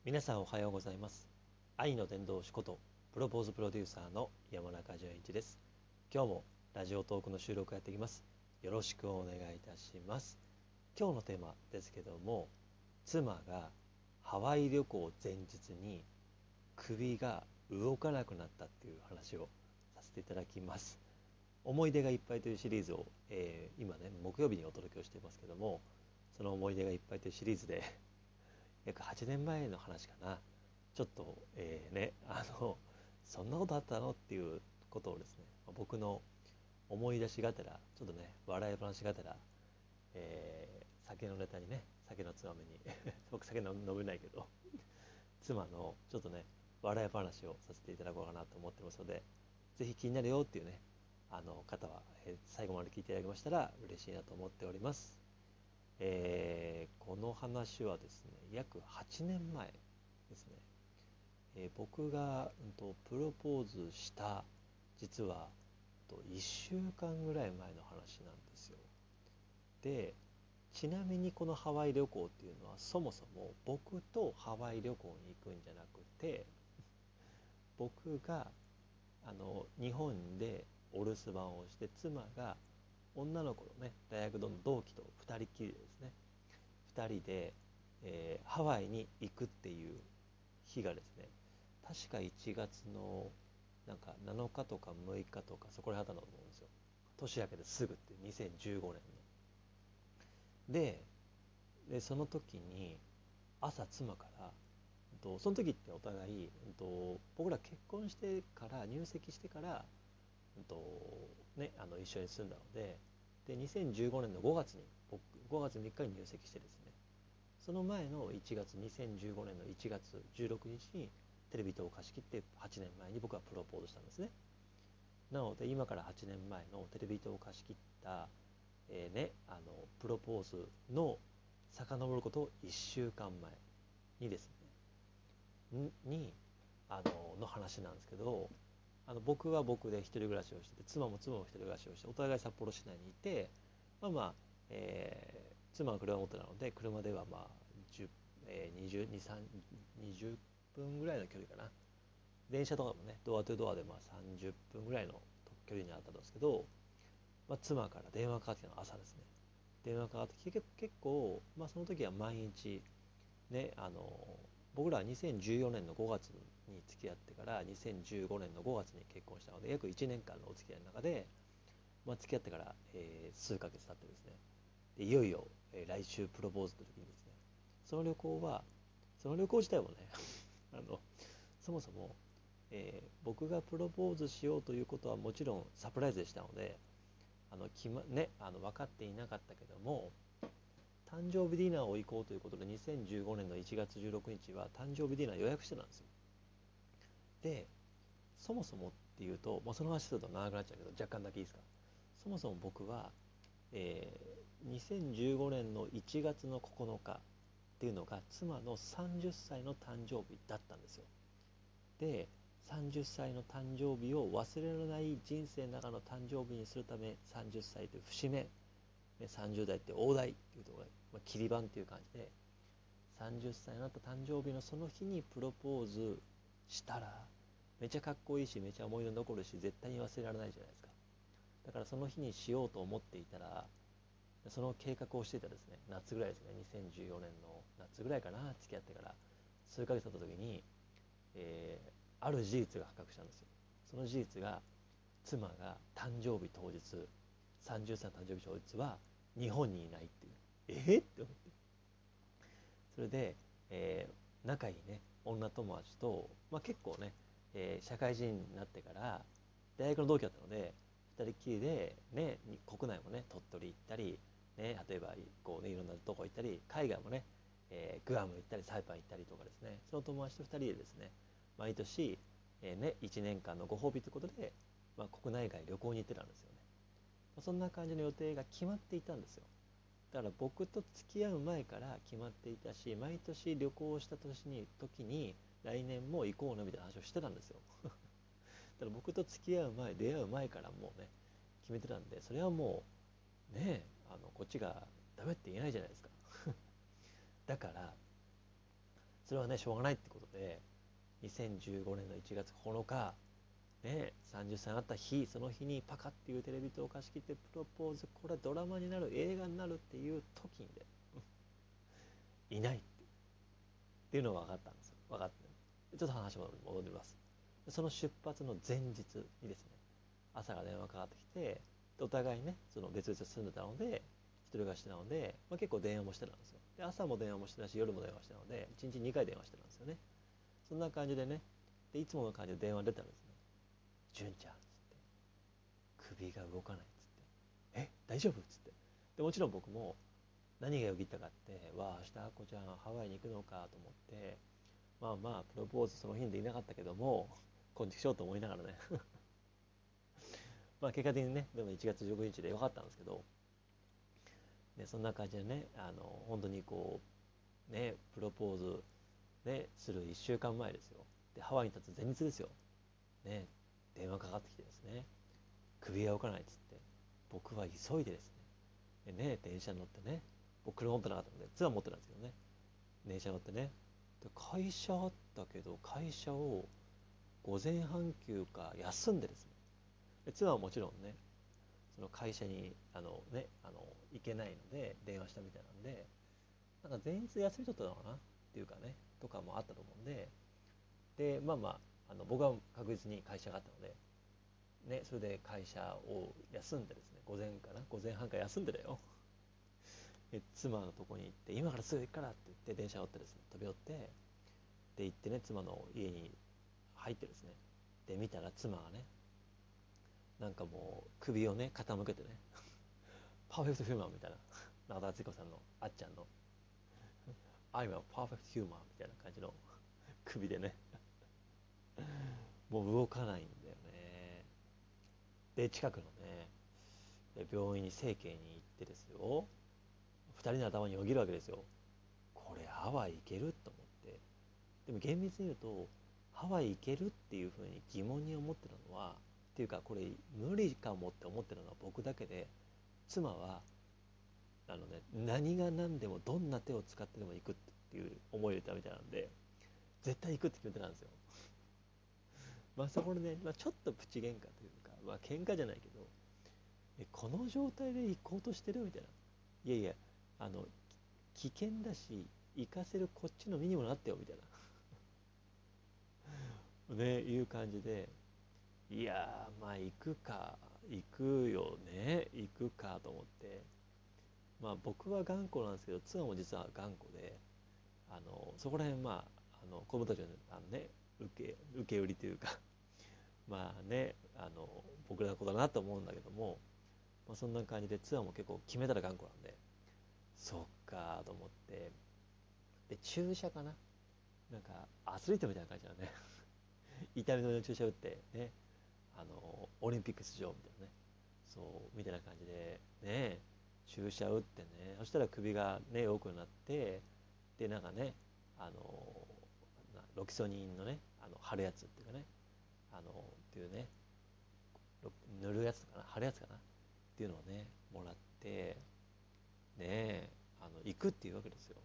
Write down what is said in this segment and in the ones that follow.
皆さんおはようございます。愛の伝道師ことプロポーズプロデューサーの山中淳一です。今日もラジオトークの収録をやっていきます。よろしくお願いいたします。今日のテーマですけども、妻がハワイ旅行前日に首が動かなくなったっていう話をさせていただきます。思い出がいっぱいというシリーズを、今ね木曜日にお届けをしていますけども、その思い出がいっぱいというシリーズで約8年前の話かな。ちょっと、そんなことあったのっていうことをですね、僕の思い出しがてら、ちょっとね、笑い話がてら、酒のネタにね、酒のつまみに僕酒飲めないけど、妻のちょっとね、笑い話をさせていただこうかなと思ってますので、ぜひ気になるよっていうね、方は、最後まで聞いていただけましたら嬉しいなと思っております。この話はですね、約8年前ですね。僕が、プロポーズした実は1週間ぐらい前の話なんですよ。で、ちなみにこのハワイ旅行っていうのはそもそも僕とハワイ旅行に行くんじゃなくて、僕が日本でお留守番をして妻が女の子のね大学の同期と2人きりでですね、2人で、ハワイに行くっていう日がですね、確か1月のなんか7日とか6日とかそこら辺だったと思うんですよ。年明けてすぐっていう2015年の。で、その時に朝妻から、その時ってお互い、僕ら結婚してから入籍してから、一緒に住んだので、2015年の5月に5月3日に入籍してですね、その前の2015年の1月16日にテレビ塔を貸し切って8年前に僕はプロポーズしたんですね。なので今から8年前のテレビ塔を貸し切った、プロポーズの遡ることを1週間前にですね、の話なんですけど、僕は僕で一人暮らしをしてて、妻も妻も一人暮らしをして、お互い札幌市内にいて、妻が車を持ってたので、車では10、20、20分ぐらいの距離かな。電車とかもね、ドアトゥドアで30分ぐらいの距離にあったんですけど、妻から電話かかってきたの朝ですね。電話かかってきて、結構、その時は毎日、ね、僕らは2014年の5月に付き合ってから2015年の5月に結婚したので、約1年間のお付き合いの中で、付き合ってから、数ヶ月経ってですね、でいよいよ、来週プロポーズの時にですね、その旅行は、その旅行自体もねあのそもそも、僕がプロポーズしようということはもちろんサプライズでしたので、分かっていなかったけども、誕生日ディナーを行こうということで2015年の1月16日は誕生日ディナー予約してたんですよ。で、そもそもっていうと、その話すると長くなっちゃうけど若干だけいいですか。そもそも僕は、2015年の1月の9日っていうのが妻の30歳の誕生日だったんですよ。で、30歳の誕生日を忘れられない人生の中の誕生日にするため、30歳という節目、30代って大台っていうところが、切り板っていう感じで、30歳になった誕生日のその日にプロポーズしたらめちゃかっこいいし、めちゃ思い出残るし、絶対に忘れられないじゃないですか。だからその日にしようと思っていたら、その計画をしていたですね、夏ぐらいですね、2014年の夏ぐらいかな、付き合ってから数ヶ月経った時に、ある事実が発覚したんですよ。その事実が、妻が誕生日当日、30歳の誕生日当日は日本にいないっていう。って思って。それで、仲いいね、女友達と、結構ね、社会人になってから大学の同期だったので、二人っきりで、ね、国内もね、鳥取行ったり、ね、例えばこう、ね、いろんなとこ行ったり、海外もね、グアム行ったりサイパン行ったりとかですね、その友達と二人でですね、毎年、1年間のご褒美ということで、国内外旅行に行ってたんですよね。そんな感じの予定が決まっていたんですよ。だから僕と付き合う前から決まっていたし、毎年旅行した時に来年も行こうねみたいな話をしてたんですよ。だから僕と付き合う前、出会う前からもうね、決めてたんで、それはもうね、こっちがダメって言えないじゃないですか。だからそれはねしょうがないってことで、2015年の1月9日ね、30歳になった日、その日にパカっていうテレビ塔を貸し切ってプロポーズ、これドラマになる、映画になるっていう時にでいないっていうのが分かったんですよ。分かって、ね、ちょっと話戻ります。その出発の前日にですね、朝が電話かかってきて、お互いねその別々住んでたので、一人暮らしなので、結構電話もしてたんですよ。で朝も電話もしてたし夜も電話してたので、1日2回電話してたんですよね。そんな感じでね、でいつもの感じで電話出たんですね。純ちゃんっつって、首が動かないっつって、大丈夫っつって、でもちろん僕も何がよぎったかって、わあ明日あっこちゃんハワイに行くのかと思って、まあまあプロポーズその日にできなかったけどもこんちきしようと思いながらねまあ結果的にねでも1月19日でよかったんですけど、ね、そんな感じでね本当にこうねプロポーズねする1週間前ですよ。でハワイに立つ前日ですよ。ね、電話かかってきてですね、首が動かないっつって、僕は急いでですね、でね電車に乗ってね、僕車持ってなかったのでツアー持ってたんですけどね、電車乗ってね、で会社あったけど会社を午前半休か休んでですね、でツアーはもちろんねその会社に行けないので電話したみたいなんで、なんか前日休み取ったのかなっていうかねとかもあったと思うんで、でまあまあ僕は確実に会社があったのでね、それで会社を休んでですね、午前かな午前半から休んでだよ。で妻のとこに行って、今からすぐ行くからって言って電車乗ってですね飛び寄って、で行ってね妻の家に入ってですね、で見たら妻がね、なんかもう首をね傾けてねパーフェクトヒューマンみたいな、中田敦彦さんのあっちゃんの I'm a perfect human みたいな感じの首でねもう動かないんだよね。で近くのね病院に整形に行ってですよ、二人の頭によぎるわけですよ。これハワイ行けると思って。でも厳密に言うとハワイ行けるっていうふうに疑問に思ってるのは、っていうかこれ無理かもって思ってるのは僕だけで、妻は何が何でもどんな手を使ってでも行くっていう思いを入れたみたいなんで、絶対行くって決めてたんですよ。まあそこでね、ちょっとプチ喧嘩というか、喧嘩じゃないけど、この状態で行こうとしてるみたいな。いやいや、あの危険だし行かせるこっちの身にもなってよみたいなねいう感じで、いやまあ行くか、行くよね、行くかと思って、まあ僕は頑固なんですけど妻も実は頑固で、そこら辺子供たちの、受け売りというかまあね僕らのことだなと思うんだけども、そんな感じで妻も結構決めたら頑固なんで、そっかと思って、で注射かな、なんかアスリートみたいな感じだね痛み止めの注射打ってね、オリンピック出場みたいなね、そうみたいな感じでね注射打ってね、そしたら首がね良くなって、でなんかねあのロキソニンのね貼るやつっていうかね、っていうね、塗るやつかな貼るやつかなっていうのをねもらって、ね行くっていうわけですよ。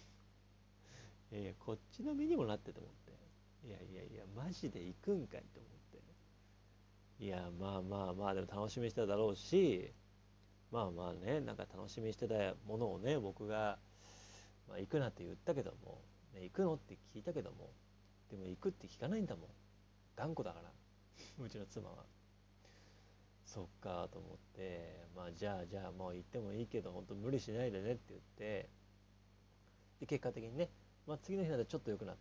こっちの身にもなってと思って、いやいやいやマジで行くんかいと思って、いやまあまあまあでも楽しみにしてただろうし、まあまあねなんか楽しみにしてたものをね僕が、行くなって言ったけども、ね、行くのって聞いたけども、でも行くって聞かないんだもん、頑固だからうちの妻は。そっかと思って、じゃあもう行ってもいいけど本当無理しないでねって言って、で結果的にね、次の日までちょっと良くなって、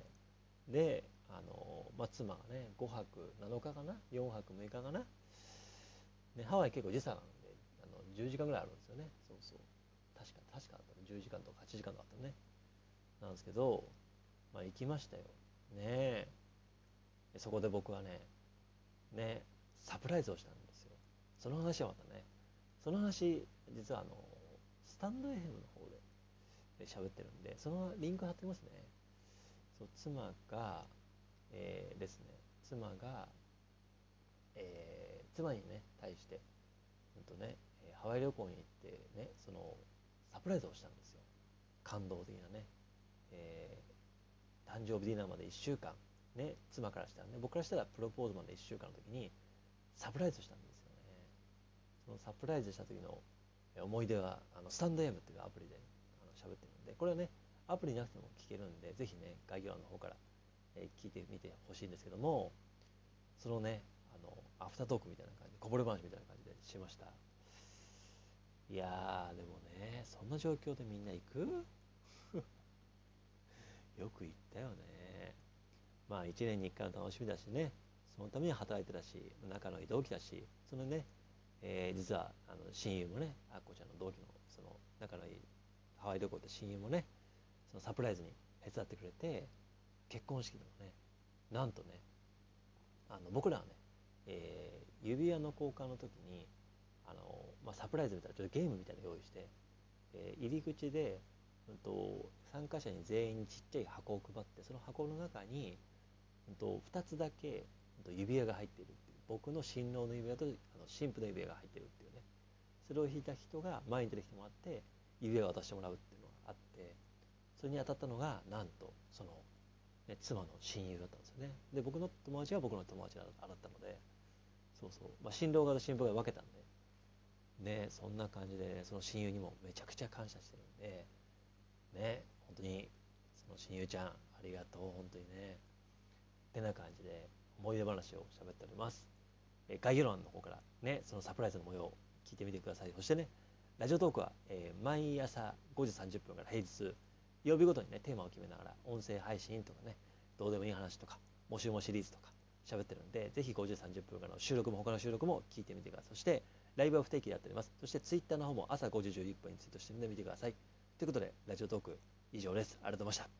で妻がね5泊7日かな4泊6日かな、ね、ハワイ結構時差なんで10時間ぐらいあるんですよね。そうそう、確かだったら10時間とか8時間とかあったね、なんですけど、行きましたよね。そこで僕はねサプライズをしたんですよ。その話はまたね、その話実はスタンド FM の方で喋ってるんで、そのリンク貼ってますね。そう妻が、ですね妻が、妻にね対して、ハワイ旅行に行ってねサプライズをしたんですよ。感動的なね、 誕生日ディナーまで1週間、ね、妻からしたらね、僕からしたらプロポーズまで1週間の時にサプライズしたんですよね。そのサプライズした時の思い出はスタンド M っていうアプリで喋ってるんで、これはね、アプリなくても聞けるんで、ぜひね、概要欄の方から、聞いてみてほしいんですけども、そのね、アフタートークみたいな感じで、こぼれ話みたいな感じでしました。いやー、でもね、そんな状況でみんな行くよく行ったよね。まあ1年に1回の楽しみだしね、そのために働いてたし、仲のいい同期だし、そのね、実は親友もね、あっこちゃんの同期のその仲のいいハワイ旅行って親友もね、そのサプライズに手伝ってくれて、結婚式でもね、なんとね、僕らはね、指輪の交換の時にサプライズみたいなちょっとゲームみたいなの用意して、入り口で、参加者に全員にちっちゃい箱を配って、その箱の中に、2つだけ、指輪が入っているっていう、僕の新郎の指輪と新婦の指輪が入っているっていうね、それを引いた人が前に出てきてもらって指輪を渡してもらうっていうのがあって、それに当たったのがなんとその、ね、妻の親友だったんですよね。で僕の友達は僕の友達だったので、そうそう、新郎側と新婦側分けたんでね、そんな感じで、ね、その親友にもめちゃくちゃ感謝してるんでね、本当にその親友ちゃんありがとう、本当にね。ってな感じで思い出話を喋っております。概要欄の方からね、そのサプライズの模様を聞いてみてください。そしてね、ラジオトークは、毎朝5時30分から平日、曜日ごとにね、テーマを決めながら、音声配信とかね、どうでもいい話とか、もしもシリーズとか喋ってるんで、ぜひ5時30分からの収録も他の収録も聞いてみてください。そして、ライブは不定期でやっております。そして、ツイッターの方も朝5時11分にツイートしてみてください。ということで、ラジオトーク以上です。ありがとうございました。